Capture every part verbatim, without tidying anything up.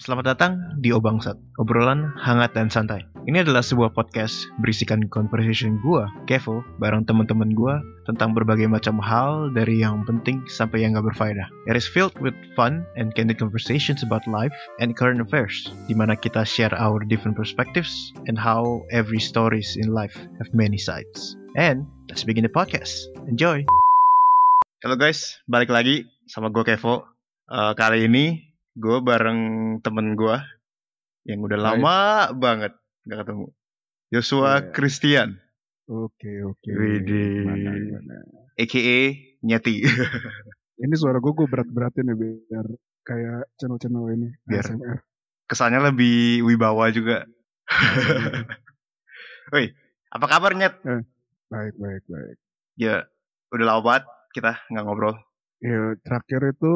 Selamat datang di Obangsat, obrolan hangat dan santai. Ini adalah sebuah podcast berisikan conversation gua, Kevo, bareng teman-teman gua tentang berbagai macam hal dari yang penting sampai yang gak berfaedah. It is filled with fun and candid conversations about life and current affairs, di mana kita share our different perspectives and how every stories in life have many sides. And let's begin the podcast. Enjoy! Halo guys, balik lagi sama gua Kevo. Uh, kali ini gue bareng temen gue yang udah lama Hai. banget gak ketemu, Joshua yeah. Christian. Oke oke. Widih. Gimana gimana. A K A Nyeti. Ini suara gue gue berat-beratin ya biar kayak channel-channel ini. Biar A S M R. Kesannya lebih wibawa juga. Woi, apa kabar Nyet? Eh, baik baik baik. Ya, udah lama banget kita nggak ngobrol. Ya terakhir itu.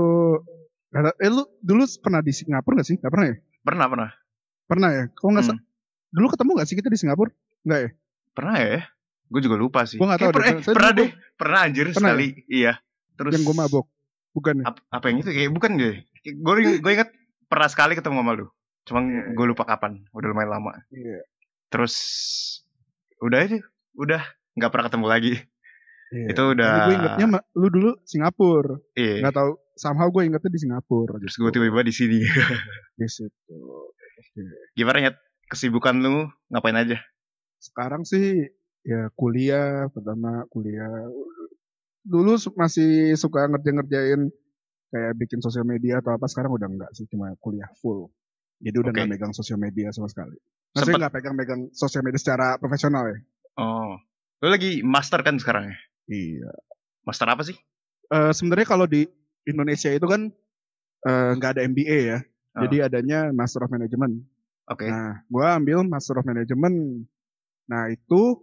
Eh lu dulu pernah di Singapura gak sih? Gak pernah ya? Pernah, pernah. Pernah ya? Kau gak hmm. sa- Dulu ketemu gak sih kita di Singapura? Enggak ya? Pernah ya? Gue juga lupa sih. Gue gak tau per- deh. eh, Pernah deh. Gue... Pernah anjir pernah sekali. Ya? Iya. Terus yang gue mabok? Bukan ya? Ap- Apa yang itu? Kayak bukan deh. Gue gue ingat pernah sekali ketemu sama lu. Cuma yeah. gue lupa kapan. Udah lumayan lama. Iya. Yeah. Terus udah aja. Udah gak pernah ketemu lagi. Yeah. Itu udah. Tapi gue ingetnya lu dulu Singapura. Iya. Gak tau. Somehow gue ingetnya di Singapura. Terus gue tiba-tiba di sini. Di situ. Okay. Gimana ya kesibukan lu? Ngapain aja? Sekarang sih ya kuliah, pertama kuliah. Dulu masih suka ngerjain-ngerjain kayak bikin sosial media atau apa. Sekarang udah enggak sih, cuma kuliah full. Jadi udah okay. Gak megang sosial media sama sekali. Maksudnya gak pegang-pegang sosial media secara profesional ya. Oh, lu lagi master kan sekarang ya? Iya. Master apa sih? Uh, sebenarnya kalau di Indonesia itu kan nggak uh, ada M B A ya, oh. Jadi adanya Master of Management. Oke. Okay. Nah, gue ambil Master of Management. Nah itu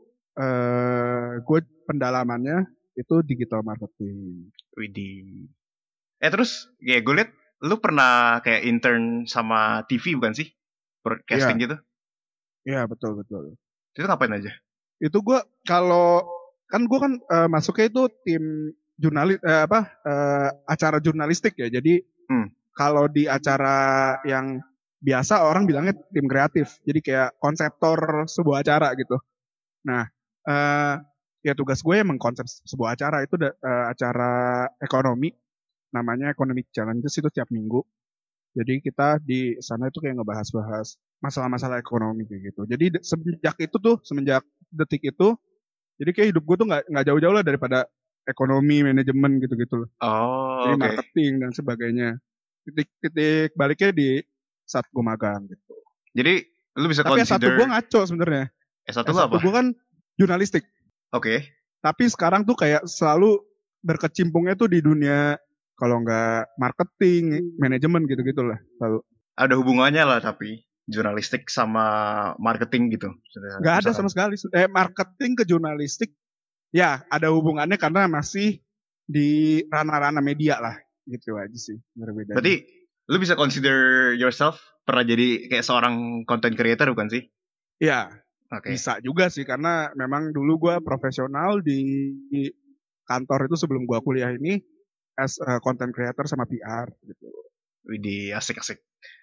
uh, gue pendalamannya itu digital marketing. Widih. Eh terus, ya gue liat lu pernah kayak intern sama T V bukan sih? Broadcasting yeah. gitu? Iya yeah, betul betul. Itu ngapain aja? Itu gue kalau kan gue kan uh, masuknya itu tim jurnalis eh, apa eh, acara jurnalistik ya. Jadi hmm. kalau di acara yang biasa orang bilangnya tim kreatif. Jadi kayak konseptor sebuah acara gitu. Nah, eh, ya tugas gue yang mengkonsep sebuah acara itu eh, acara ekonomi, namanya Economic Challenges, itu tiap minggu. Jadi kita di sana itu kayak ngebahas-bahas masalah-masalah ekonomi kayak gitu. Jadi semenjak itu tuh, semenjak detik itu, jadi kayak hidup gue tuh nggak nggak jauh-jauh lah daripada ekonomi, manajemen gitu-gitu loh. Oh, jadi okay. marketing dan sebagainya. Titik-titik baliknya di saat gue magang gitu. Jadi lu bisa tapi consider. Tapi S satu gue ngaco sebenarnya. S satu lu apa? gue kan jurnalistik. Oke. Okay. Tapi sekarang tuh kayak selalu berkecimpungnya tuh di dunia kalau nggak marketing, manajemen gitu-gitu lah. Selalu. Ada hubungannya lah tapi jurnalistik sama marketing gitu. Gak ada sama sekali. Eh marketing ke jurnalistik. Ya, ada hubungannya karena masih di ranah-ranah media lah, gitu aja sih. Berbeda. Berarti lu bisa consider yourself pernah jadi kayak seorang content creator bukan sih? Iya, okay. Bisa juga sih karena memang dulu gue profesional di, di kantor itu sebelum gue kuliah ini as a content creator sama P R gitu. Widih, asik-asik.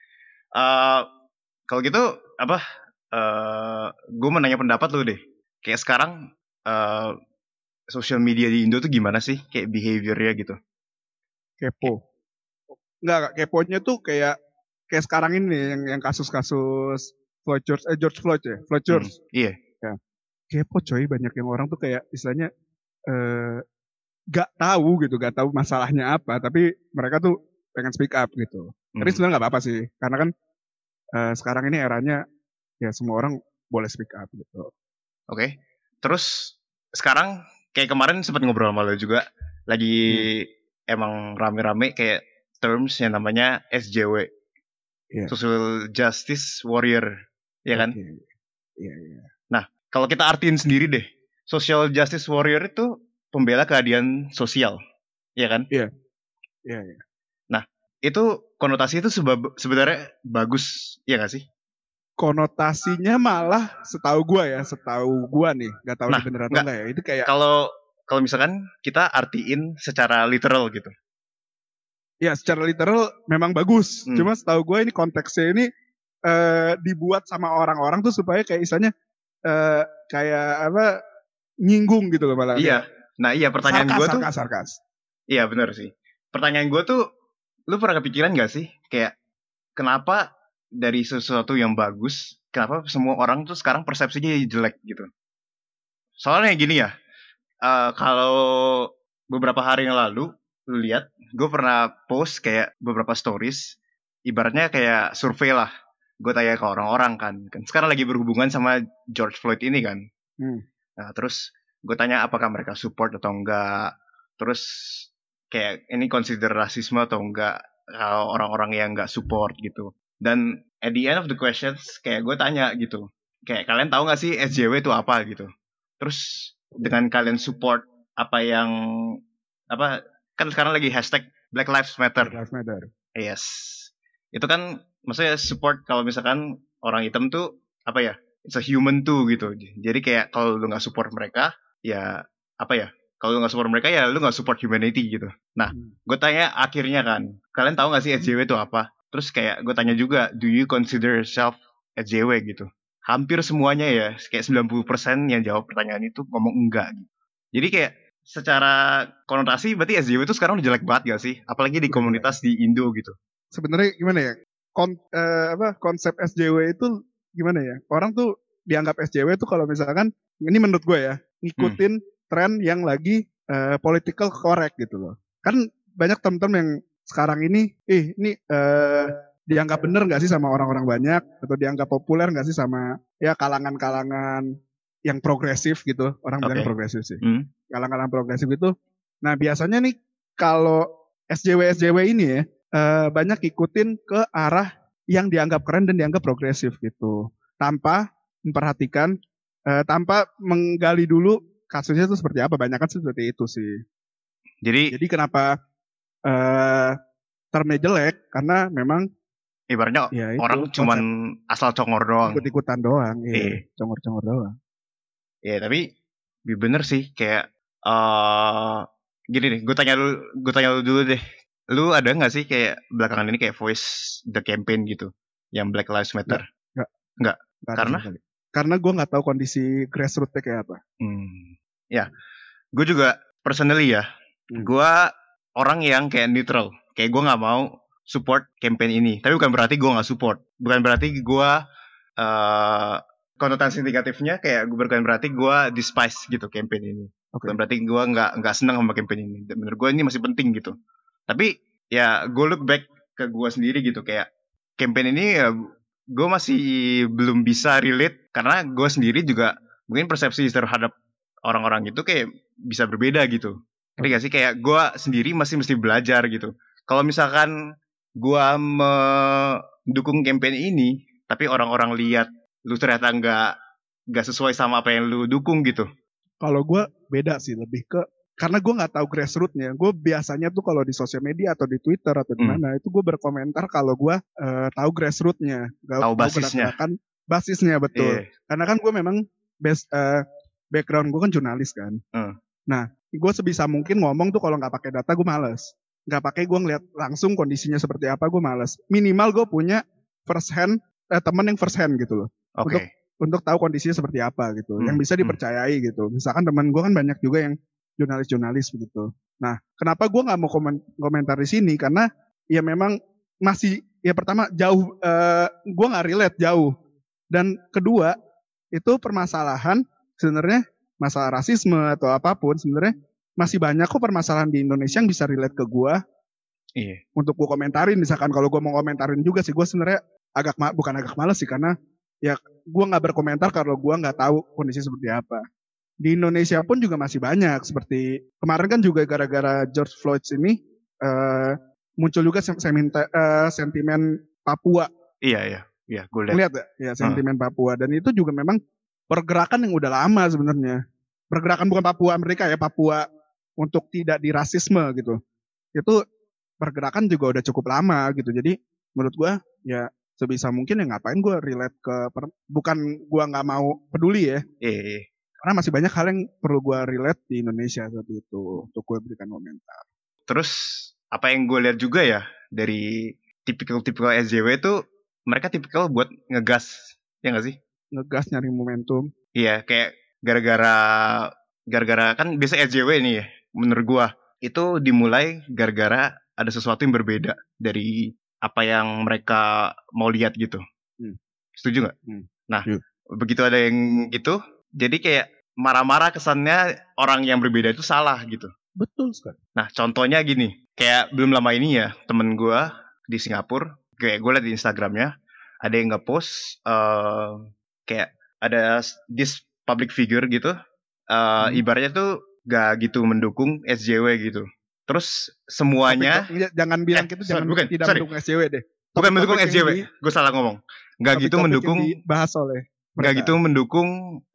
Uh, kalau gitu apa? Uh, gue mau nanya pendapat lu deh. Kayak sekarang. Uh, Social media di Indo tuh gimana sih? Kayak behaviornya gitu. Kepo. Enggak, enggak. Keponya tuh kayak kayak sekarang ini yang yang kasus-kasus Floyd George, eh George Floyd ya, Floyd George. Hmm, iya. Ya. Kepo coy, banyak yang orang tuh kayak istilahnya eh, gak tahu gitu, gak tahu masalahnya apa, tapi mereka tuh pengen speak up gitu. Hmm. Tapi sebenarnya nggak apa-apa sih, karena kan eh, sekarang ini eranya ya semua orang boleh speak up gitu. Oke. Okay. Terus sekarang kayak kemarin sempat ngobrol sama lo juga, lagi hmm. emang rame-rame kayak terms yang namanya S J W, yeah. Social Justice Warrior, ya kan? Iya, yeah, iya. Yeah. Nah, kalau kita artiin sendiri deh, Social Justice Warrior itu pembela keadilan sosial, ya kan? Iya, yeah. iya, yeah, iya. Yeah. Nah, itu konotasi itu seba- sebenarnya bagus, ya nggak sih? Konotasinya malah setahu gua ya, setahu gua nih, nggak tahu nah, ini bener atau enggak ya. Itu kayak kalau kalau misalkan kita artiin secara literal gitu. Ya secara literal memang bagus. Hmm. Cuma setahu gue ini konteksnya ini uh, dibuat sama orang-orang tuh supaya kayak istilahnya uh, kayak apa nyinggung gitu loh malah. Iya. Nah iya pertanyaan sarkas, gue tuh. Sarkas, sarkas. Iya benar sih. Pertanyaan gue tuh, lu pernah kepikiran gak sih kayak kenapa dari sesuatu yang bagus, kenapa semua orang tuh sekarang persepsinya jelek gitu? Soalnya gini ya, uh, kalau beberapa hari yang lalu, lu lihat, gue pernah post kayak beberapa stories, ibaratnya kayak survei lah. Gue tanya ke orang-orang kan, kan sekarang lagi berhubungan sama George Floyd ini kan. Hmm. Nah terus gue tanya apakah mereka support atau enggak. Terus kayak ini consider rasisme atau enggak kalau orang-orang yang enggak support gitu. Dan at the end of the questions kayak gue tanya gitu, kayak kalian tahu nggak sih S J W itu apa gitu. Terus dengan kalian support apa yang apa kan sekarang lagi hashtag Black Lives Matter. Black Lives Matter. Yes. Itu kan maksudnya support kalau misalkan orang hitam tuh apa ya? It's a human too gitu. Jadi kayak kalau lu nggak support mereka, ya apa ya? Kalau lu nggak support mereka ya lu nggak support humanity gitu. Nah, Hmm. gue tanya akhirnya kan, kalian tahu nggak sih S J W itu apa? Terus kayak gue tanya juga, do you consider yourself S J W gitu? Hampir semuanya ya, kayak sembilan puluh persen yang jawab pertanyaan itu ngomong enggak gitu. Jadi kayak secara konotasi berarti S J W itu sekarang udah jelek banget gak sih? Apalagi di komunitas di Indo gitu. Sebenarnya gimana ya? Kon, uh, apa konsep S J W itu gimana ya? Orang tuh dianggap S J W itu kalau misalkan ini menurut gue ya, ngikutin hmm. tren yang lagi uh, political correct gitu loh. Kan banyak temen-temen yang sekarang ini, eh ini uh, dianggap bener gak sih sama orang-orang banyak? Atau dianggap populer gak sih sama ya kalangan-kalangan yang progresif gitu. Orang okay. bilang progresif sih. Hmm. Kalangan-kalangan progresif itu. Nah biasanya nih kalau S J W S J W ini ya, uh, banyak ikutin ke arah yang dianggap keren dan dianggap progresif gitu. Tanpa memperhatikan, uh, tanpa menggali dulu kasusnya itu seperti apa. Banyak kan seperti itu sih. Jadi, Jadi kenapa uh, termnya jelek? Karena memang ibaratnya ya itu, orang cuman konsep. Asal congor doang. Ikut-ikutan doang, iya. Congor-congor doang. Ya tapi bener sih kayak uh, gini deh, gue tanya lu, gue tanya lu dulu deh. Lu ada nggak sih kayak belakangan ini kayak voice the campaign gitu, yang Black Lives Matter? Nggak, nggak. Karena? Karena gue nggak tahu kondisi grassroots-nya kayak apa. Hmm. Ya, gue juga personally ya, hmm. gue orang yang kayak neutral, kayak gue nggak mau support campaign ini. Tapi bukan berarti gue nggak support, bukan berarti gue uh, konotasi negatifnya kayak bukan berarti gue despise gitu campaign ini. Okay. Bukan berarti gue nggak nggak senang sama campaign ini. Menurut gue ini masih penting gitu. Tapi ya gue look back ke gue sendiri gitu kayak campaign ini ya gue masih belum bisa relate karena gue sendiri juga mungkin persepsi terhadap orang-orang itu kayak bisa berbeda gitu. Ngerti gak sih kayak gue sendiri masih mesti belajar gitu. Kalau misalkan gue mendukung campaign ini tapi orang-orang lihat lu ternyata nggak nggak sesuai sama apa yang lu dukung gitu. Kalau gue beda sih, lebih ke karena gue nggak tahu grassroots-nya. Gue biasanya tuh kalau di sosial media atau di Twitter atau di mana hmm. itu gue berkomentar kalau gue uh, tahu grassroots-nya, tahu basisnya, kan basisnya betul. Yeah. Karena kan gue memang base uh, background gue kan jurnalis kan. Hmm. Nah, gue sebisa mungkin ngomong tuh kalau nggak pakai data gue males. Nggak pakai gue ngeliat langsung kondisinya seperti apa gue males. Minimal gue punya first hand eh, teman yang first hand gitu loh. Okay. Untuk untuk tahu kondisinya seperti apa gitu, hmm. yang bisa dipercayai hmm. gitu. Misalkan teman gue kan banyak juga yang jurnalis-jurnalis begitu. Nah, kenapa gue nggak mau komen, komentar di sini? Karena ya memang masih ya pertama jauh, uh, gue nggak relate jauh. Dan kedua itu permasalahan sebenarnya masalah rasisme atau apapun sebenarnya masih banyak kok permasalahan di Indonesia yang bisa relate ke gue. Iya. Untuk gue komentarin, misalkan kalau gue mau komentarin juga sih gue sebenarnya agak bukan agak males sih karena ya gue nggak berkomentar kalau gue nggak tahu kondisi seperti apa. Di Indonesia pun juga masih banyak seperti kemarin kan juga gara-gara George Floyd ini uh, muncul juga seminta, uh, sentimen Papua. Iya iya iya gue lihat. Lihat ya, ya sentimen uh. Papua dan itu juga memang pergerakan yang udah lama sebenarnya. Pergerakan bukan Papua Amerika ya, Papua untuk tidak dirasisme gitu. Itu pergerakan juga udah cukup lama gitu. Jadi menurut gue ya sebisa mungkin ya ngapain gue relate ke per, bukan gue nggak mau peduli ya. Iya. Karena masih banyak hal yang perlu gue relate di Indonesia seperti itu untuk gue berikan komentar. Terus apa yang gue lihat juga ya dari tipikal-tipikal S J W itu mereka tipikal buat ngegas, ya nggak sih? Ngegas nyari momentum. Iya, kayak gara-gara gara-gara kan biasa S J W nih ya, menurut gua itu dimulai gara-gara ada sesuatu yang berbeda dari apa yang mereka mau lihat gitu. Hmm. Setuju nggak? Hmm. Nah, Iya. begitu ada yang gitu, jadi kayak marah-marah kesannya orang yang berbeda itu salah gitu. Betul sekali. Nah, contohnya gini, kayak belum lama ini ya, temen gua di Singapura, kayak gue liat di Instagramnya, ada yang nge-post eh, kayak ada s- this public figure gitu, eh, Hmm. ibaratnya tuh gak gitu mendukung S J W gitu. Terus Topik semuanya, to- iya, jangan bilang eh gitu, sorry, jangan bukan, tidak sorry, mendukung S J W deh. bukan mendukung Topik-topik yang S J W, di gue salah ngomong, gak gitu topik-topik yang mendukung, dibahas oleh gak mereka. gitu mendukung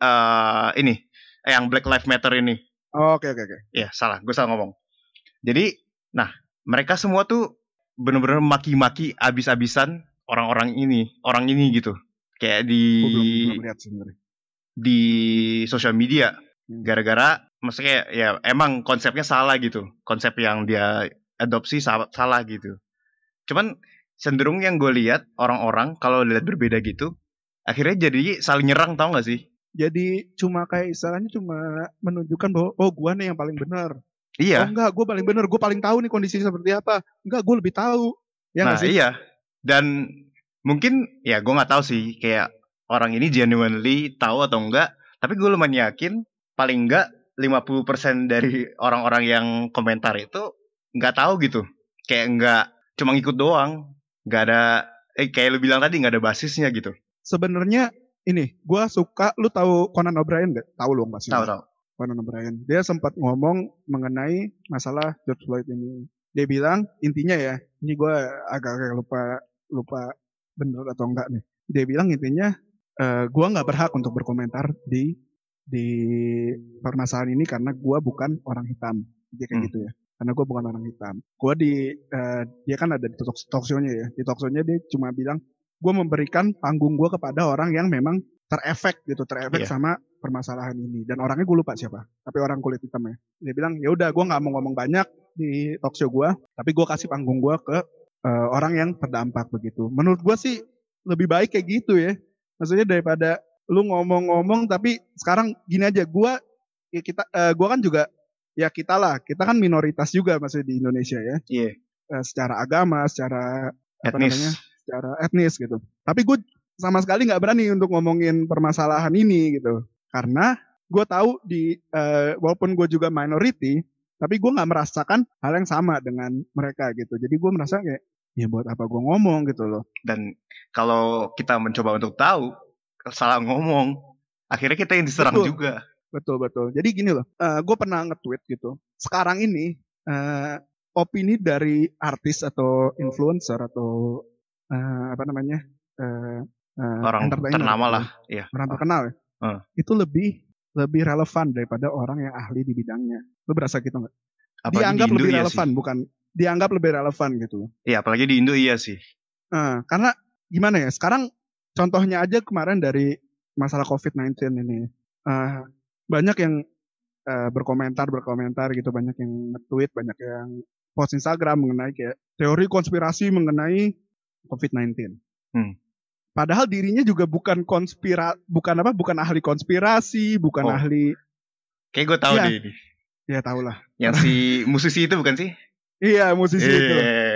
eh, ini, eh, yang Black Lives Matter ini. Oh, oke oke oke. Ya salah, gue salah ngomong. Jadi, nah mereka semua tuh bener-bener maki-maki abis-abisan orang-orang ini, orang ini gitu. Kayak di Gue belum belum lihat sebenarnya. di sosial media. Hmm. Gara-gara, maksudnya ya emang konsepnya salah gitu. Konsep yang dia adopsi salah, salah gitu. Cuman cenderung yang gue lihat orang-orang kalau lihat berbeda gitu, akhirnya jadi saling nyerang, tau gak sih? Jadi cuma kayak istilahnya cuma menunjukkan bahwa oh gua nih yang paling benar. Oh Iya. enggak, gue paling benar, gue paling tahu nih kondisinya seperti apa. Enggak, gue lebih tahu. Ya Nah nggak sih? iya. Dan mungkin ya gue nggak tahu sih kayak orang ini genuinely tahu atau enggak. Tapi gue lumayan yakin paling enggak lima puluh persen dari orang-orang yang komentar itu nggak tahu gitu. Kayak nggak cuma ngikut doang. Nggak ada eh kayak lu bilang tadi nggak ada basisnya gitu. Sebenarnya ini, gue suka, lu tahu Conan O'Brien nggak? Tahu lu pasti Tahu lah. tahu. Conan O'Brien. Dia sempat ngomong mengenai masalah George Floyd ini. Dia bilang intinya ya, ini gue agak-agak lupa lupa bener atau enggak nih. Dia bilang intinya eh gue nggak berhak untuk berkomentar di di permasalahan ini karena gue bukan orang hitam. Dia kayak Hmm. gitu ya. Karena gue bukan orang hitam. Gue di eh, dia kan ada di talk, talk show-nya ya. Di talk show-nya dia cuma bilang gue memberikan panggung gue kepada orang yang memang terefek gitu, terefek Iya. sama permasalahan ini. Dan orangnya gue lupa siapa, tapi orang kulit hitam ya. Dia bilang ya udah gue nggak mau ngomong banyak di talk show gue, tapi gue kasih panggung gue ke uh, orang yang terdampak begitu. Menurut gue sih lebih baik kayak gitu ya. Maksudnya daripada lu ngomong-ngomong tapi sekarang gini aja, gue ya kita, uh, gue kan juga ya kita lah, kita kan minoritas juga maksudnya di Indonesia ya. Iya. Uh, secara agama, secara apa Etnis. namanya, secara etnis gitu. Tapi gue sama sekali nggak berani untuk ngomongin permasalahan ini gitu, karena gue tahu di uh, walaupun gue juga minority, tapi gue nggak merasakan hal yang sama dengan mereka gitu. Jadi gue merasa kayak ya buat apa gue ngomong gitu loh. Dan kalau kita mencoba untuk tahu salah ngomong, akhirnya kita yang diserang Betul. juga. Betul betul. Jadi gini loh, uh, gue pernah nge-tweet gitu. Sekarang ini uh, opini dari artis atau influencer atau uh, apa namanya uh, uh, orang ternama gitu, lah, iya. orang terkenal ya, uh. itu lebih lebih relevan daripada orang yang ahli di bidangnya. Lu berasa gitu nggak? Dianggap di Indo, lebih iya relevan, sih. bukan dianggap lebih relevan gitu. Iya, apalagi di Indo iya sih. Nah, karena gimana ya? Sekarang contohnya aja kemarin dari masalah covid sembilan belas ini, uh, banyak yang uh, berkomentar berkomentar gitu, banyak yang nge-tweet, banyak yang post Instagram mengenai kayak teori konspirasi mengenai covid sembilan belas. Hmm. Padahal dirinya juga bukan konspira, bukan apa, bukan ahli konspirasi, bukan oh. ahli. Kayak gue tahu ya, deh ini. Ya tau lah. Yang si musisi itu bukan sih? Iya, musisi eee. itu.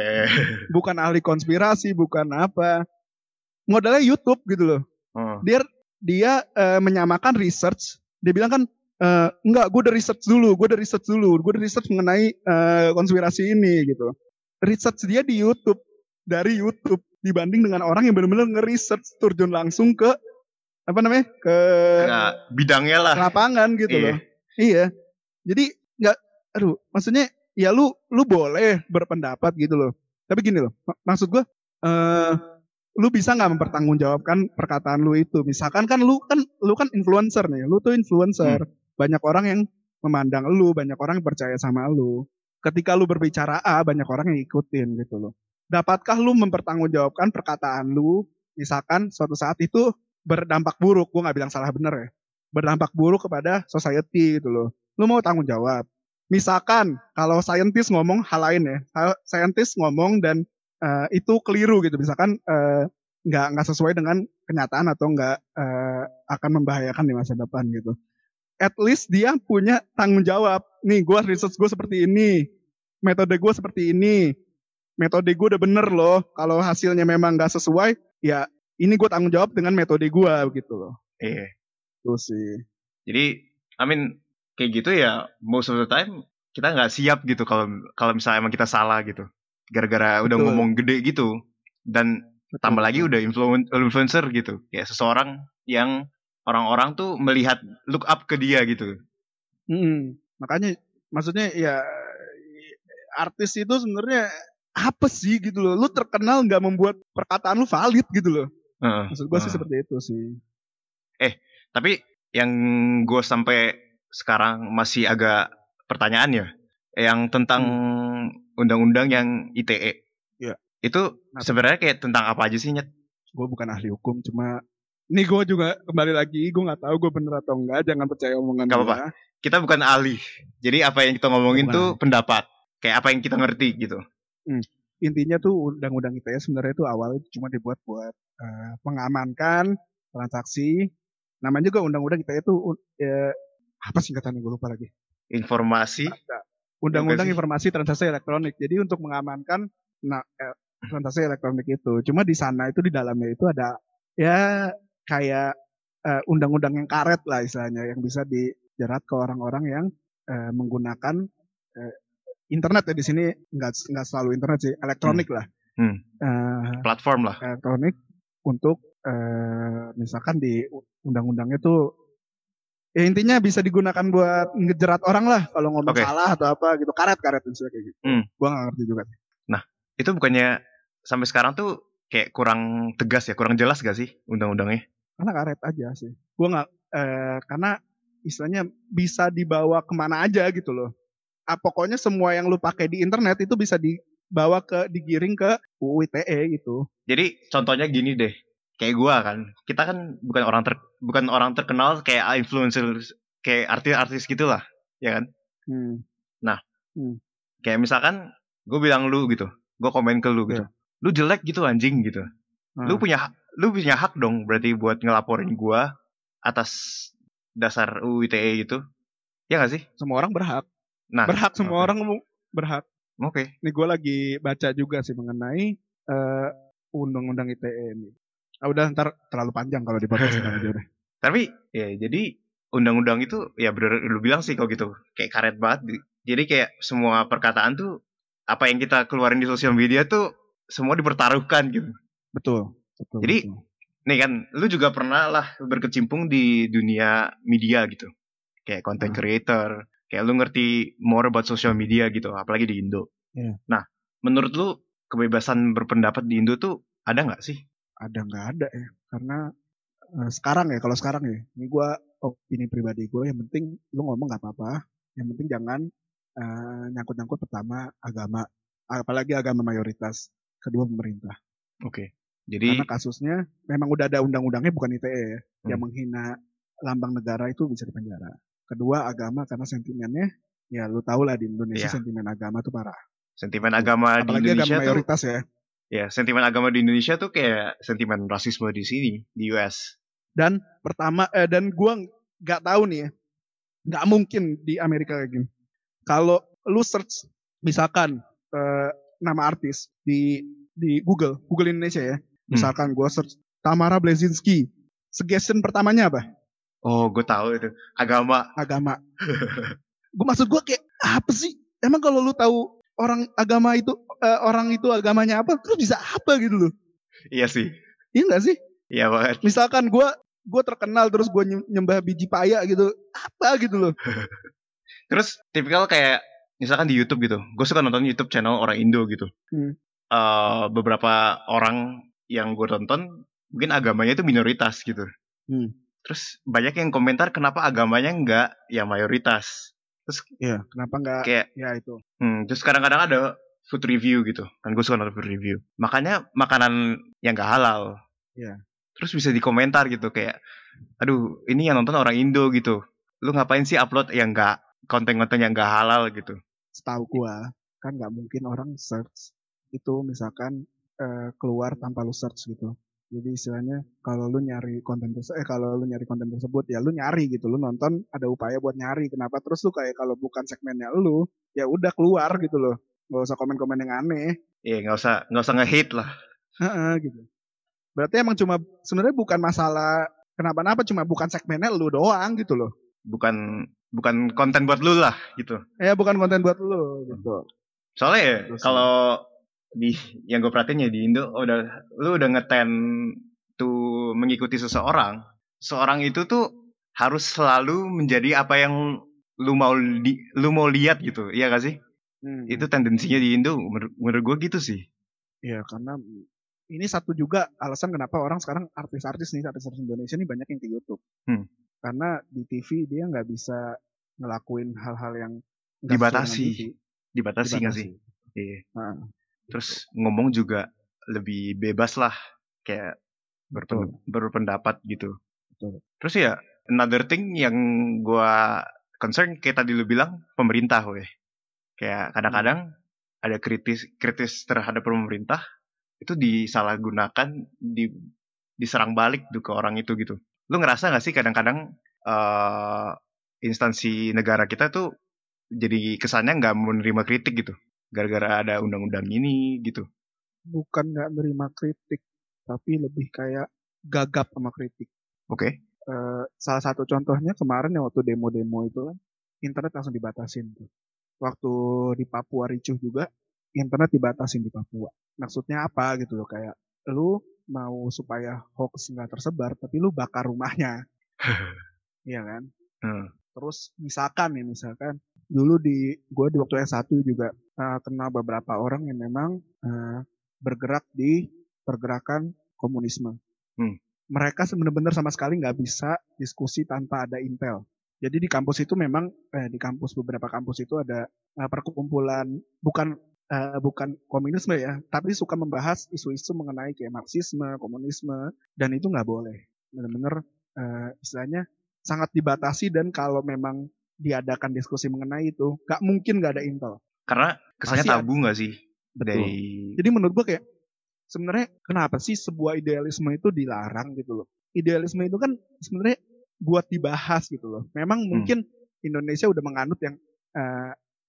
Bukan ahli konspirasi, bukan apa. Modalnya YouTube gitu loh. Oh. Dia dia uh, menyamakan research. Dia bilang kan uh, enggak, gue udah research dulu, gue udah research dulu, gue udah research mengenai uh, konspirasi ini gitu. Research dia di YouTube, dari YouTube, dibanding dengan orang yang benar-benar nge-research turun langsung ke apa namanya ke, ke bidangnya lah, lapangan gitu iya. loh. Iya. Jadi nggak, aduh, maksudnya ya lu lu boleh berpendapat gitu loh. Tapi gini loh, mak- maksud gue, uh, lu bisa nggak mempertanggungjawabkan perkataan lu itu? Misalkan kan lu kan lu kan influencer nih, lu tuh influencer, hmm. banyak orang yang memandang lu, banyak orang yang percaya sama lu. Ketika lu berbicara A, banyak orang yang ikutin gitu loh. Dapatkah lu mempertanggungjawabkan perkataan lu, misalkan suatu saat itu berdampak buruk, gue nggak bilang salah benar ya, berdampak buruk kepada society gitu loh. Lu mau tanggung jawab? misalkan kalau scientist ngomong hal lain ya, scientist ngomong dan uh, itu keliru gitu, misalkan uh, nggak nggak sesuai dengan kenyataan atau nggak uh, akan membahayakan di masa depan gitu. At least dia punya tanggung jawab. Nih, gue research gue seperti ini, metode gue seperti ini, metode gue udah bener loh. Kalau hasilnya memang nggak sesuai, ya ini gue tanggung jawab dengan metode gue gitu loh. Iya. Itu sih. Jadi, I mean kayak gitu ya, most of the time kita nggak siap gitu kalau kalau misalnya emang kita salah gitu. Gara-gara udah Betul. ngomong gede gitu dan Betul, tambah lagi betul. udah influen- influencer gitu, kayak seseorang yang orang-orang tuh melihat look up ke dia gitu. Hmm, makanya maksudnya ya artis itu sebenarnya apa sih gitu loh. Lu terkenal nggak membuat perkataan lu valid gitu loh. Uh, Maksud gue uh. sih seperti itu sih. Eh, tapi yang gue sampai sekarang masih agak pertanyaan ya, yang tentang hmm. undang-undang yang I T E. Ya. Itu sebenarnya kayak tentang apa aja sih, Nyet? Gue bukan ahli hukum, cuma ini gue juga kembali lagi, gue nggak tahu gue bener atau enggak, jangan percaya omongan gue. Apa? Kita bukan ahli, jadi apa yang kita ngomongin tuh ahli. Pendapat, kayak apa yang kita ngerti gitu. Hmm. Intinya tuh undang-undang I T E sebenarnya tuh awalnya cuma dibuat buat uh, mengamankan transaksi. Namanya juga undang-undang I T E itu uh, apa singkatannya, gue lupa lagi. Informasi. Undang-undang informasi transaksi elektronik. Jadi untuk mengamankan nah, eh, transaksi elektronik itu. Cuma di sana itu di dalamnya itu ada ya kayak uh, undang-undang yang karet lah istilahnya, yang bisa dijerat ke orang-orang yang uh, menggunakan uh, internet ya. Di sini nggak nggak selalu internet sih, elektronik hmm. lah. Hmm. Uh, Platform lah. Elektronik untuk uh, misalkan di undang-undangnya tuh ya intinya bisa digunakan buat ngejerat orang lah kalau ngomong okay. salah atau apa gitu, karet-karet misalnya kayak gitu. Hmm. Gua nggak ngerti juga. Nah, itu bukannya sampai sekarang tuh kayak kurang tegas ya, kurang jelas gak sih undang-undangnya? Karena karet aja sih. Gua nggak, eh, karena istilahnya bisa dibawa kemana aja gitu loh. Ah, pokoknya semua yang lu pakai di internet itu bisa dibawa ke, digiring ke U U I T E gitu. Jadi contohnya gini deh. Kayak gue kan, kita kan bukan orang ter, bukan orang terkenal kayak influencer, kayak artis-artis gitulah, ya kan? Hmm. Nah, hmm. kayak misalkan gue bilang lu gitu, gue komen ke lu gitu, yeah. lu jelek gitu anjing gitu, hmm. lu punya, lu punya hak dong berarti buat ngelaporin gue atas dasar U U I T E gitu, ya nggak sih? Semua orang berhak, nah, berhak semua okay. orang berhak. Oke. Okay. Ini gue lagi baca juga sih mengenai uh, undang-undang I T E ini. Ah, udah ntar terlalu panjang kalau di podcast aja deh. Tapi ya jadi undang-undang itu ya bener lu bilang sih kalau gitu kayak karet banget. Jadi kayak semua perkataan tuh apa yang kita keluarin di sosial media tuh semua dipertaruhkan gitu. Betul. betul jadi betul. Nih kan lu juga pernah lah berkecimpung di dunia media gitu. Kayak content hmm. creator, kayak lu ngerti more about social media gitu, apalagi di Indo. Yeah. Nah, menurut lu kebebasan berpendapat di Indo tuh ada nggak sih? Ada nggak ada ya, karena uh, sekarang ya, kalau sekarang ya, ini gue opini pribadi gue, yang penting lu ngomong nggak apa-apa, yang penting jangan uh, nyangkut-nyangkut pertama agama, apalagi agama mayoritas, kedua pemerintah. Oke, okay. Jadi karena kasusnya memang udah ada undang-undangnya, bukan I T E ya, hmm. yang menghina lambang negara itu bisa dipenjara. Kedua agama, karena sentimennya, ya lu tau lah di Indonesia yeah. sentimen agama tuh parah. Sentimen agama apalagi di Indonesia agama mayoritas tuh, ya. Ya, sentimen agama di Indonesia tuh kayak sentimen rasisme di sini, di U S. Dan pertama, eh, dan gue nggak tahu nih ya, nggak mungkin di Amerika kayak gini. Kalau lu search misalkan eh, nama artis di di Google, Google Indonesia ya, misalkan hmm. gue search Tamara Blazinski, suggestion pertamanya apa? Oh, gue tahu itu, agama. Agama. Gue maksud gue kayak apa sih? Emang kalau lu tahu orang agama itu uh, orang itu agamanya apa, terus bisa apa gitu loh? Iya sih. Iya nggak sih? Iya banget. Misalkan gue gue terkenal terus gue nyembah biji paya gitu, apa gitu loh? Terus tipikal kayak misalkan di YouTube gitu, gue suka nonton YouTube channel orang Indo gitu. Hmm. Uh, beberapa orang yang gue tonton mungkin agamanya itu minoritas gitu. Hmm. Terus banyak yang komentar kenapa agamanya enggak yang mayoritas. Terus ya kenapa nggak kayak ya itu hmm, terus kadang-kadang ada food review gitu kan, gue suka nonton food review, makanya makanan yang nggak halal ya. Terus bisa dikomentar gitu kayak aduh ini yang nonton orang Indo gitu, lu ngapain sih upload yang nggak konten-konten yang nggak halal gitu. Setahu gua kan nggak mungkin orang search itu misalkan eh, keluar tanpa lu search gitu. Jadi istilahnya kalau lu nyari konten tersebut, eh kalau lu nyari konten tersebut ya lu nyari gitu, lu nonton ada upaya buat nyari. Kenapa terus lu kayak kalau bukan segmennya lu, ya udah keluar gitu loh. Gak usah komen-komen yang aneh. Iya, nggak usah nggak usah nge-hate lah. Heeh, gitu. Berarti emang cuma sebenarnya bukan masalah kenapa-napa, cuma bukan segmennya lu doang gitu loh. Bukan bukan konten buat lu lah gitu. Ya bukan konten buat lu gitu. Soalnya ya Terus sih. kalau di yang gue perhatiin ya di Indo udah lu udah ngeten tuh mengikuti seseorang, seorang itu tuh harus selalu menjadi apa yang lu mau di, lu mau lihat gitu, iya gak sih? Hmm. Itu tendensinya di Indo menur- menurut gue gitu sih. Ya karena ini satu juga alasan kenapa orang sekarang artis-artis nih, artis-artis Indonesia ini banyak yang ke YouTube. Hmm. Karena di T V dia nggak bisa ngelakuin hal-hal yang nggak sesuai Dibatasi, dengan T V. dibatasi nggak sih? Iya. Nah, Terus ngomong juga lebih bebas lah, kayak berpen- betul, berpendapat gitu. betul. Terus ya another thing yang gua concern kayak tadi lu bilang pemerintah weh. Kayak kadang-kadang ada kritis kritis terhadap pemerintah itu disalahgunakan, di diserang balik tuh ke orang itu gitu. Lu ngerasa nggak sih kadang-kadang eh, instansi negara kita tuh jadi kesannya nggak menerima kritik gitu, gara-gara ada undang-undang ini gitu. Bukan nggak nerima kritik, tapi lebih kayak gagap sama kritik. Oke. Eh, salah satu contohnya kemarin ya waktu demo-demo itu kan, internet langsung dibatasin tuh. Waktu di Papua ricuh juga, internet dibatasin di Papua. Maksudnya apa gitu loh, kayak lu mau supaya hoax nggak tersebar, tapi lu bakar rumahnya, iya kan? Hmm. Terus misalkan nih, misalkan dulu di gue di waktu S satu juga uh, kenal beberapa orang yang memang uh, bergerak di pergerakan komunisme. Hmm. Mereka benar-benar sama sekali nggak bisa diskusi tanpa ada intel. Jadi di kampus itu memang eh, di kampus beberapa kampus itu ada uh, perkumpulan bukan uh, bukan komunisme ya, tapi suka membahas isu-isu mengenai kayak marxisme, komunisme, dan itu nggak boleh. Benar-benar uh, istilahnya sangat dibatasi, dan kalau memang diadakan diskusi mengenai itu, nggak mungkin nggak ada intel. Karena kesannya Pasti tabu nggak sih? Betul. Dari Jadi menurut gue kayak sebenarnya kenapa sih sebuah idealisme itu dilarang gitu loh? Idealisme itu kan sebenarnya buat dibahas gitu loh. Memang Hmm. mungkin Indonesia udah menganut yang uh,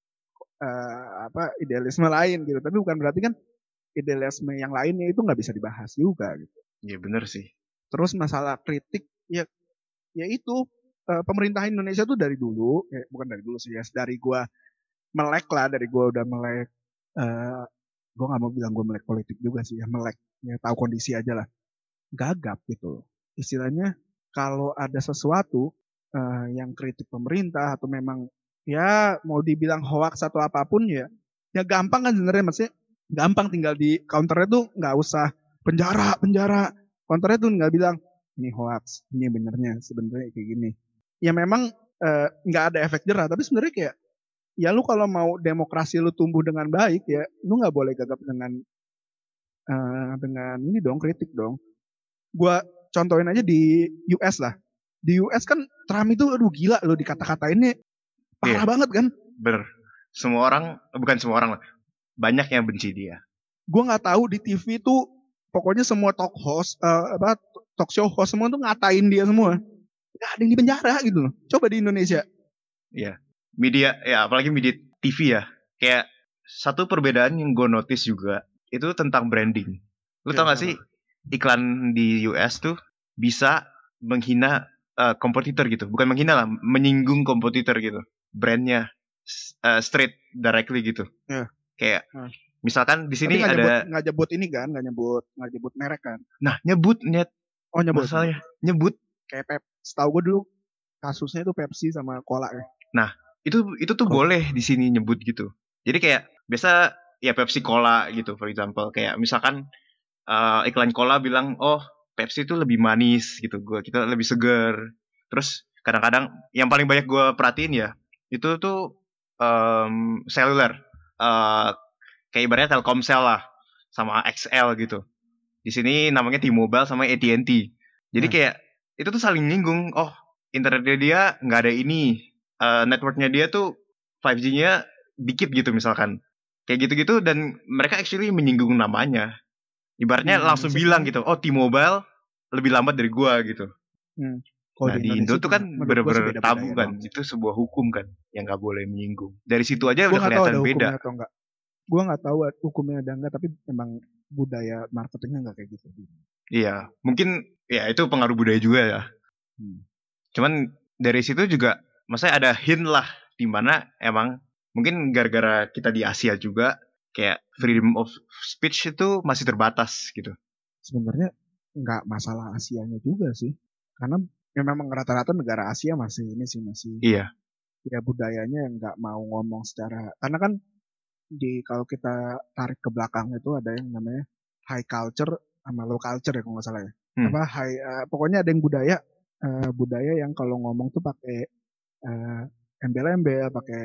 uh, apa idealisme lain gitu, tapi bukan berarti kan idealisme yang lainnya itu nggak bisa dibahas juga gitu. Iya bener sih. Terus masalah kritik ya, ya itu uh, pemerintah Indonesia tuh dari dulu, ya, bukan dari dulu sih ya, dari gua melek lah, dari gua udah melek. Uh, gue nggak mau bilang gue melek politik juga sih ya, melek ya, tahu kondisi aja lah, gagap gitu istilahnya. Kalau ada sesuatu uh, yang kritik pemerintah atau memang ya mau dibilang hoax atau apapun ya, ya gampang kan sebenarnya, maksudnya gampang, tinggal di counternya tuh nggak usah penjara penjara, counternya tuh nggak bilang ini hoax, ini benernya sebenarnya kayak gini. Ya memang nggak uh, ada efek jerah, tapi sebenarnya kayak ya lu kalau mau demokrasi lu tumbuh dengan baik ya lu nggak boleh gagap dengan uh, dengan ini dong, kritik dong. Gua contohin aja di U S lah. Di U S kan Trump itu aduh gila lo, dikata-katainnya parah Iya. banget kan. Bener. Semua orang, bukan semua orang lah, banyak yang benci dia. Gua nggak tahu di T V tuh pokoknya semua talk host uh, apa talk show host semua tuh ngatain dia semua. Gak ada yang di penjara gitu loh. Coba di Indonesia. Iya. Media, ya apalagi media T V ya. Kayak satu perbedaan yang gue notice juga, itu tentang branding. Lu Ya, tau gak sama. sih, iklan di U S tuh bisa menghina uh, kompetitor gitu. Bukan menghina lah, menyinggung kompetitor gitu. Brandnya uh, straight directly gitu. Ya. Kayak Nah. misalkan di sini Tapi gak ada nyebut, gak nyebut ini kan, gak nyebut gak nyebut merek kan. Nah, nyebut nyet. Oh, nyebut. Masalahnya nyebut. Kayak Pep, setahu gue dulu kasusnya itu Pepsi sama Cola ya. Nah, itu itu tuh Cola. boleh di sini nyebut gitu. Jadi kayak biasa ya Pepsi Cola gitu, for example. Kayak misalkan uh, iklan Cola bilang, oh Pepsi itu lebih manis gitu, gua kita lebih seger. Terus kadang-kadang yang paling banyak gue perhatiin ya, itu tuh um, seluler. Uh, kayak ibaratnya Telkomsel lah, sama X L gitu. Di sini namanya T-Mobile sama A T and T. Jadi Hmm. kayak itu tuh saling nyinggung. Oh, internetnya dia nggak ada ini, uh, networknya dia tuh five G-nya dikit gitu misalkan. Kayak gitu-gitu dan mereka actually menyinggung namanya. Ibaratnya Di langsung Indonesia bilang kayaknya, gitu, oh T-Mobile lebih lambat dari gua gitu. hmm, kalau Nah di di Indo Indonesia tuh cuma kan menurut gue sih bener-bener beda tabu budaya kan, doang sih. itu sebuah hukum kan yang nggak boleh menyinggung. Dari situ aja Gue udah nggak tahu kelihatan ada beda. hukumnya atau enggak. Gue nggak tahu hukumnya ada enggak, tapi emang budaya marketingnya nggak kayak gitu. Iya, mungkin ya itu pengaruh budaya juga ya. Hmm. Cuman dari situ juga, maksudnya ada hint lah di mana emang mungkin gara-gara kita di Asia juga kayak freedom of speech itu masih terbatas gitu. Sebenarnya nggak masalah Asianya juga sih, karena ya memang rata-rata negara Asia masih ini sih masih Iya, ya budayanya yang nggak mau ngomong secara, karena kan di kalau kita tarik ke belakang itu ada yang namanya high culture sama low culture ya kalau nggak salah ya. hmm, Apa high eh, pokoknya ada yang budaya eh, budaya yang kalau ngomong tuh pakai eh, embel-embel, pakai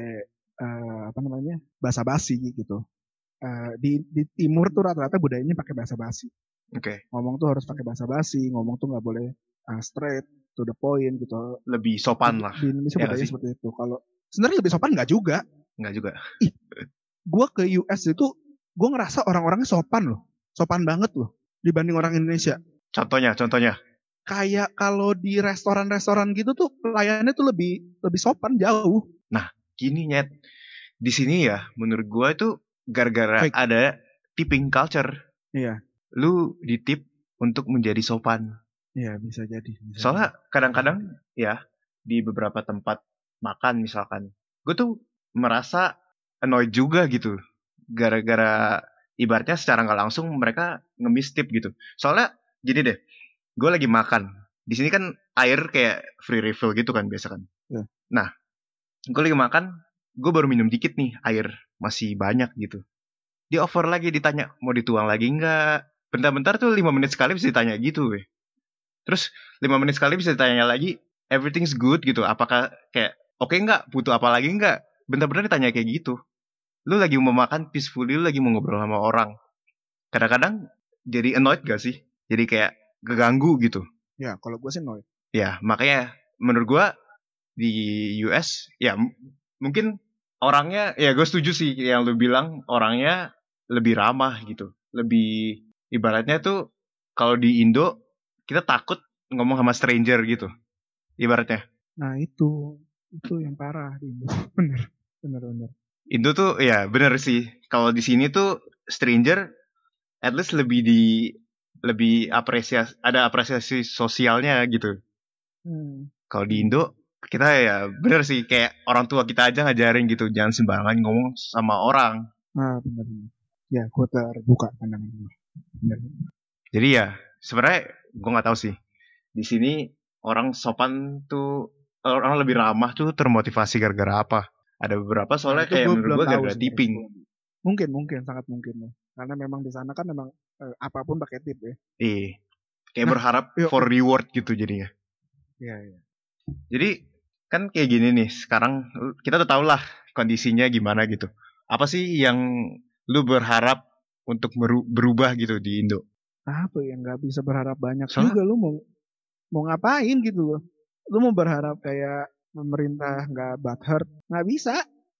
eh, apa namanya basa-basi gitu. Eh, di di timur tuh rata-rata budayanya pakai basa-basi. oke. Ngomong tuh harus pakai basa-basi, ngomong tuh nggak boleh uh, straight to the point gitu. Lebih Di, sopan lah, di Indonesia ya nggak budaya sih? seperti itu. Kalau sebenarnya lebih sopan nggak juga. Nggak juga. Ih, gue ke U S itu, gue ngerasa orang-orangnya sopan loh, sopan banget loh dibanding orang Indonesia. Contohnya, contohnya. Kayak kalau di restoran-restoran gitu tuh pelayannya tuh lebih lebih sopan jauh. Nah, gini Nyet, di sini ya menurut gua itu gara-gara Fake. ada tipping culture. Iya. Lu ditip untuk menjadi sopan. Iya bisa jadi. Bisa Soalnya jadi. kadang-kadang ya di beberapa tempat makan misalkan, gue tuh merasa annoyed juga gitu. Gara-gara ibaratnya secara nggak langsung mereka ngemis tip gitu. Soalnya gini deh, gue lagi makan. Di sini kan air kayak free refill gitu kan biasa kan. Iya. Nah, gue lagi makan, gue baru minum dikit nih air, masih banyak gitu. Dia offer lagi ditanya, mau dituang lagi nggak? Bentar-bentar tuh lima menit sekali bisa ditanya gitu weh. Terus lima menit sekali bisa ditanya lagi, everything's good gitu. Apakah kayak, oke okay nggak? Butuh apa lagi nggak? Bentar-bentar ditanya kayak gitu. Lu lagi mau makan peacefully, lu lagi mau ngobrol sama orang. Kadang-kadang jadi annoyed gak sih? Jadi kayak keganggu gitu. Ya kalau gue sih no. Ya, makanya menurut gue di U S, ya m- mungkin orangnya, ya gue setuju sih yang lu bilang, orangnya lebih ramah gitu. Lebih, ibaratnya tuh, kalau di Indo, kita takut ngomong sama stranger gitu. Ibaratnya. Nah itu itu yang parah di Indo. Bener bener bener. Indo tuh, ya bener sih. Kalau di sini tuh, stranger, at least lebih di, lebih apresiasi, ada apresiasi sosialnya gitu. Hmm. Kalau di Indo, kita ya bener sih, kayak orang tua kita aja ngajarin gitu, jangan sembarangan ngomong sama orang. Ah bener bener. Ya gue terbuka pandangan gue. Bener. Jadi ya, sebenarnya gue nggak tahu sih. Di sini orang sopan tuh, orang lebih ramah tuh termotivasi gara-gara apa? Ada beberapa Nah soalnya itu kayak gue menurut belum gue tahu gara-gara sebenarnya. tipping. Mungkin mungkin sangat mungkin ya. Karena memang di sana kan memang eh, apapun pakai tip ya. Eh, kayak Nah, berharap yuk. for reward gitu jadinya. Iya iya. Jadi kan kayak gini nih, sekarang kita udah tau lah kondisinya gimana gitu. Apa sih yang lu berharap untuk meru- berubah gitu di Indo? Apa yang nggak bisa berharap banyak Soalnya, juga, lu mau mau ngapain gitu loh. Lu mau berharap kayak pemerintah nggak butthurt, nggak bisa.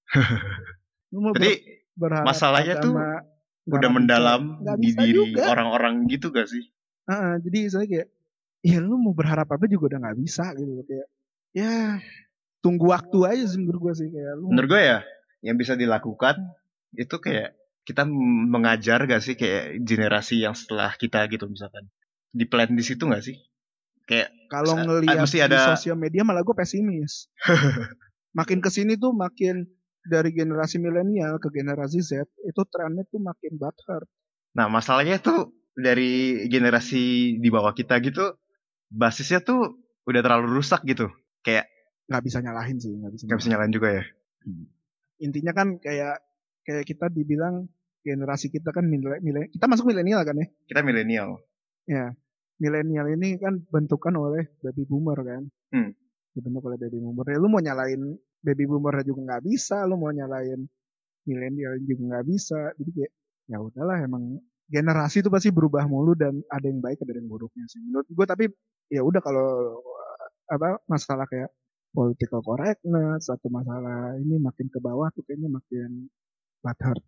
Lu mau berarti ber- berharap masalahnya tuh agama nggak udah radical, mendalam nggak di bisa diri juga. orang-orang gitu gak sih? Heeh, jadi saya kayak, ya lu mau berharap apa juga udah nggak bisa gitu loh. Kayak, ya tunggu waktu aja sih menurut gue sih, kayak lu. Menurut gue ya, yang bisa dilakukan itu kayak kita mengajar gak sih kayak generasi yang setelah kita gitu misalkan. Di plan di situ gak sih? Kayak Kalau sa- ngelihat mesti di ada. sosial media malah gue pesimis. Makin kesini tuh makin dari generasi milenial ke generasi Z itu trennya tuh makin butthurt. Nah, masalahnya tuh dari generasi di bawah kita gitu, basisnya tuh udah terlalu rusak gitu. Kayak Nggak bisa nyalahin sih, nggak bisa gak bisa nyalahin. nyalain juga ya. Intinya kan kayak kayak kita dibilang generasi kita kan milenial, kita masuk milenial kan ya? Kita milenial. Ya, milenial ini kan bentukan oleh baby boomer kan? Hmm. Dibentuk oleh baby boomer. Ya, lu mau nyalain baby boomer juga nggak bisa, lu mau nyalain milenial juga nggak bisa. Jadi kayak ya udahlah, emang generasi itu pasti berubah mulu dan ada yang baik ada yang buruknya sih menurut gue. Tapi ya udah kalau apa masalah kayak political correctness, satu masalah ini makin ke bawah tuh kayaknya makin butthurt.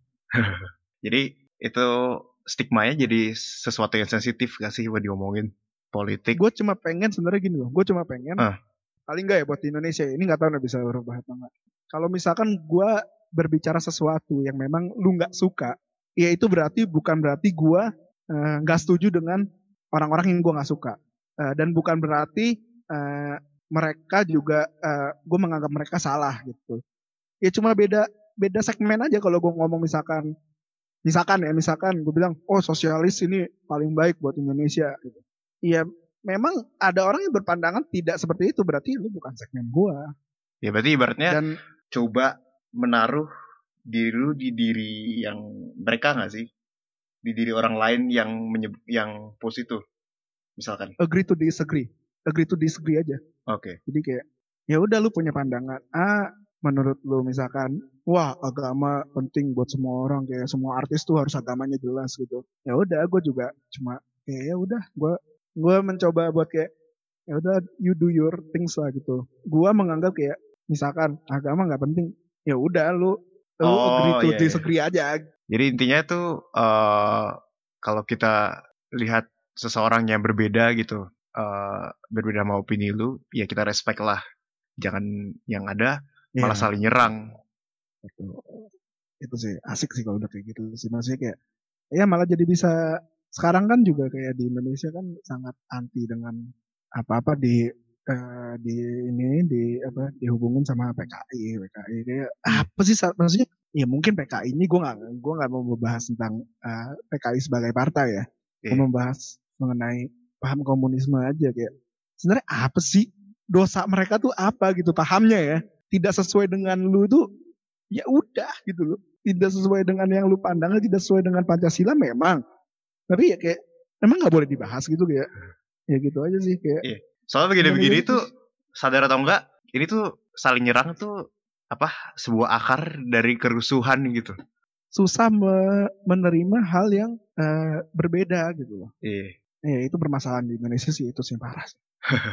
Jadi itu stigmanya jadi sesuatu yang sensitif gak sih buat diomongin politik? Gue cuma pengen sebenarnya gini loh, gue cuma pengen Ah. paling nggak ya buat di Indonesia ini nggak tahu nggak bisa berubah atau nggak. Kalau misalkan gue berbicara sesuatu yang memang lu nggak suka, ya itu berarti bukan berarti gue nggak uh, setuju dengan orang-orang yang gue nggak suka, uh, dan bukan berarti uh, mereka juga uh, gue menganggap mereka salah gitu. Ya cuma beda beda segmen aja. Kalau gue ngomong misalkan misalkan ya misalkan gue bilang oh sosialis ini paling baik buat Indonesia gitu. Iya memang ada orang yang berpandangan tidak seperti itu, berarti lu bukan segmen gue. Ya berarti ibaratnya dan coba menaruh diri lu di diri yang mereka nggak sih, di diri orang lain yang menyebut yang positif misalkan. Agree to disagree, agree to disagree aja. Oke. Okay. Jadi kayak ya udah lu punya pandangan A, menurut lu misalkan wah agama penting buat semua orang, kayak semua artis tuh harus agamanya jelas gitu. Ya udah gue juga cuma kayak ya udah gue gue mencoba buat kayak ya udah you do your things lah gitu. Gue menganggap kayak misalkan agama nggak penting, ya udah lu lu oh, agree to iya, disagree iya. aja. Jadi intinya tuh uh, kalau kita lihat seseorang yang berbeda gitu, uh, berbeda sama opini lu, ya kita respect lah. Jangan yang ada malah yeah. saling nyerang. Itu, itu sih asik sih kalau udah kayak gitu sih. Maksudnya kayak ya malah jadi bisa, sekarang kan juga kayak di Indonesia kan sangat anti dengan apa-apa di uh, di ini di apa dihubungin sama P K I P K I kayak apa sih maksudnya? Ya mungkin P K I ini gue nggak gue nggak mau membahas tentang uh, P K I sebagai partai ya, yeah. Gue membahas mengenai paham komunisme aja kayak sebenarnya apa sih dosa mereka tuh apa gitu pahamnya ya, tidak sesuai dengan lu tuh ya udah gitu loh, tidak sesuai dengan yang lu pandang, tidak sesuai dengan Pancasila memang, tapi ya kayak emang nggak boleh dibahas gitu kayak ya gitu aja sih kayak. Yeah. Soalnya begini-begini tuh sadar atau enggak ini tuh saling nyerang tuh apa sebuah akar dari kerusuhan gitu. Susah me- menerima hal yang uh, berbeda gitu loh. Iya. Ya itu permasalahan di Indonesia sih, itu sih parah sih.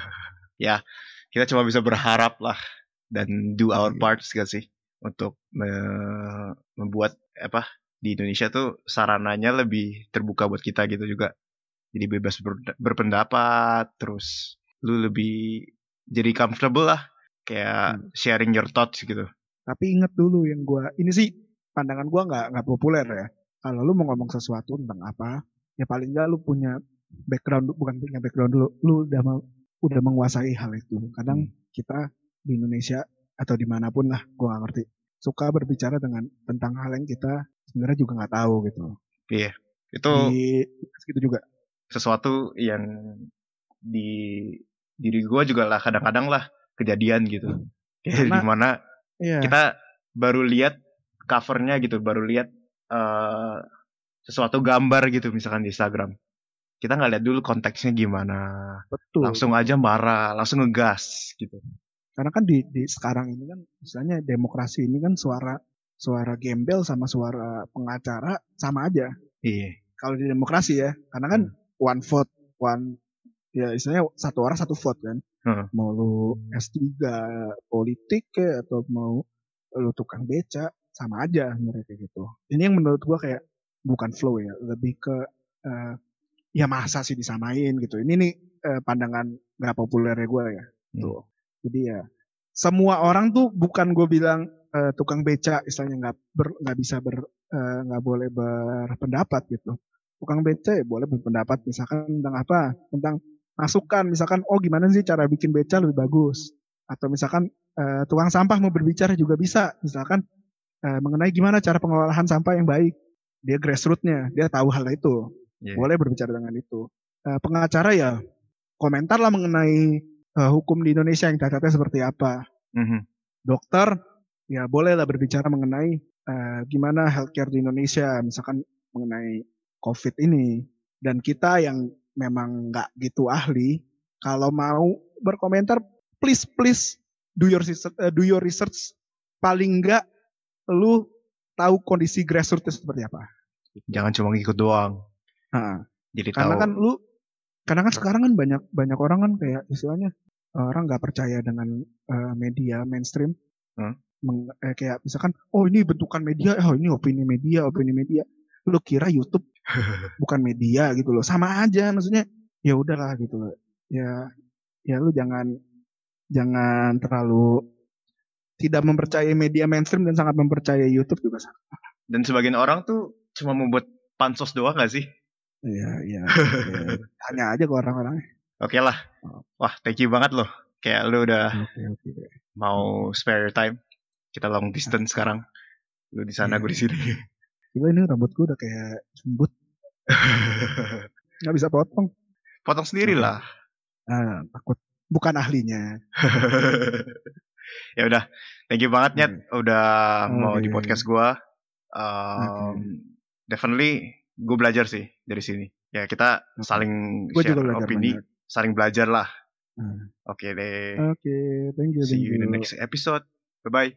Ya kita cuma bisa berharap lah dan do our parts gak sih untuk me- membuat apa di Indonesia tuh sarananya lebih terbuka buat kita gitu juga. Jadi bebas ber- berpendapat, terus lu lebih jadi comfortable lah kayak hmm. sharing your thoughts gitu. Tapi ingat dulu yang gue, ini sih pandangan gue nggak nggak populer ya. Kalau lu mau ngomong sesuatu tentang apa, ya paling nggak lu punya background, bukan punya background dulu, lu udah udah menguasai hal itu. Kadang hmm. kita di Indonesia atau dimanapun lah, gue nggak ngerti, suka berbicara dengan tentang hal yang kita sebenarnya juga nggak tahu gitu. Iya, itu di, gitu juga. Sesuatu yang di diri gue juga lah kadang-kadang lah kejadian gitu. Kayak di mana iya. Kita baru lihat covernya gitu, baru lihat uh, sesuatu gambar gitu misalkan di Instagram. Kita nggak lihat dulu konteksnya gimana. Betul. Langsung aja marah, langsung ngegas gitu. Karena kan di, di sekarang ini kan misalnya demokrasi ini kan suara suara gembel sama suara pengacara sama aja. Iya. Kalau di demokrasi ya, karena kan hmm. one vote, one ya istilahnya satu orang satu vote kan. Hmm. Mau lu S tiga politik ya, atau mau lu tukang beca sama aja mereka gitu. Ini yang menurut gua kayak bukan flow ya, lebih ke uh, ya masa sih disamain gitu. Ini nih uh, pandangan nggak populernya gua ya. Hmm. Tuh. Jadi ya semua orang tuh bukan gue bilang uh, tukang beca istilahnya nggak nggak bisa ber nggak uh, boleh berpendapat gitu. Tukang beca ya boleh berpendapat misalkan tentang apa, tentang masukan misalkan oh gimana sih cara bikin beca lebih bagus, atau misalkan uh, tukang sampah mau berbicara juga bisa misalkan uh, mengenai gimana cara pengelolaan sampah yang baik, dia grassrootsnya dia tahu hal itu, yeah. Boleh berbicara dengan itu. Uh, pengacara ya komentar lah mengenai uh, hukum di Indonesia yang cacatnya seperti apa. Mm-hmm. Dokter ya boleh lah berbicara mengenai uh, gimana healthcare di Indonesia misalkan mengenai COVID ini. Dan kita yang memang nggak gitu ahli, kalau mau berkomentar, please please do your research, uh, do your research. Paling nggak lu tahu kondisi grassroots seperti apa. Jangan cuma ngikut doang. Nah, jadi karena tahu. kan lu, karena kan sekarang kan banyak banyak orang kan kayak istilahnya, orang nggak percaya dengan uh, media mainstream. Hmm? Meng, eh, kayak misalkan, oh ini bentukan media, oh ini opini media, opini media. Lu kira YouTube bukan media gitu loh, sama aja, maksudnya ya udahlah gitu loh. Ya, ya lu jangan jangan terlalu tidak mempercayai media mainstream dan sangat mempercayai YouTube juga sama. Dan sebagian orang tuh cuma membuat pansos doang gak sih? Iya, iya. Ya, tanya aja ke orang-orangnya. Oke okay lah. Wah, thank you banget loh. Kayak lu udah okay, okay. mau okay. spare time. Kita long distance okay. sekarang. Lu di sana, yeah, gue di sini. Gila, ini rambut gue udah kayak jembut. Gak bisa potong. Potong sendiri okay. lah. Ah, takut. Bukan ahlinya. Ya udah, thank you banget Nyet okay. udah okay. mau di podcast gue. Um, okay. Definitely gue belajar sih dari sini. Ya kita okay. saling gua share opini, banyak. saling belajar lah. Hmm. Oke okay deh. Oke, okay, thank you. See thank you in the next episode. Bye bye.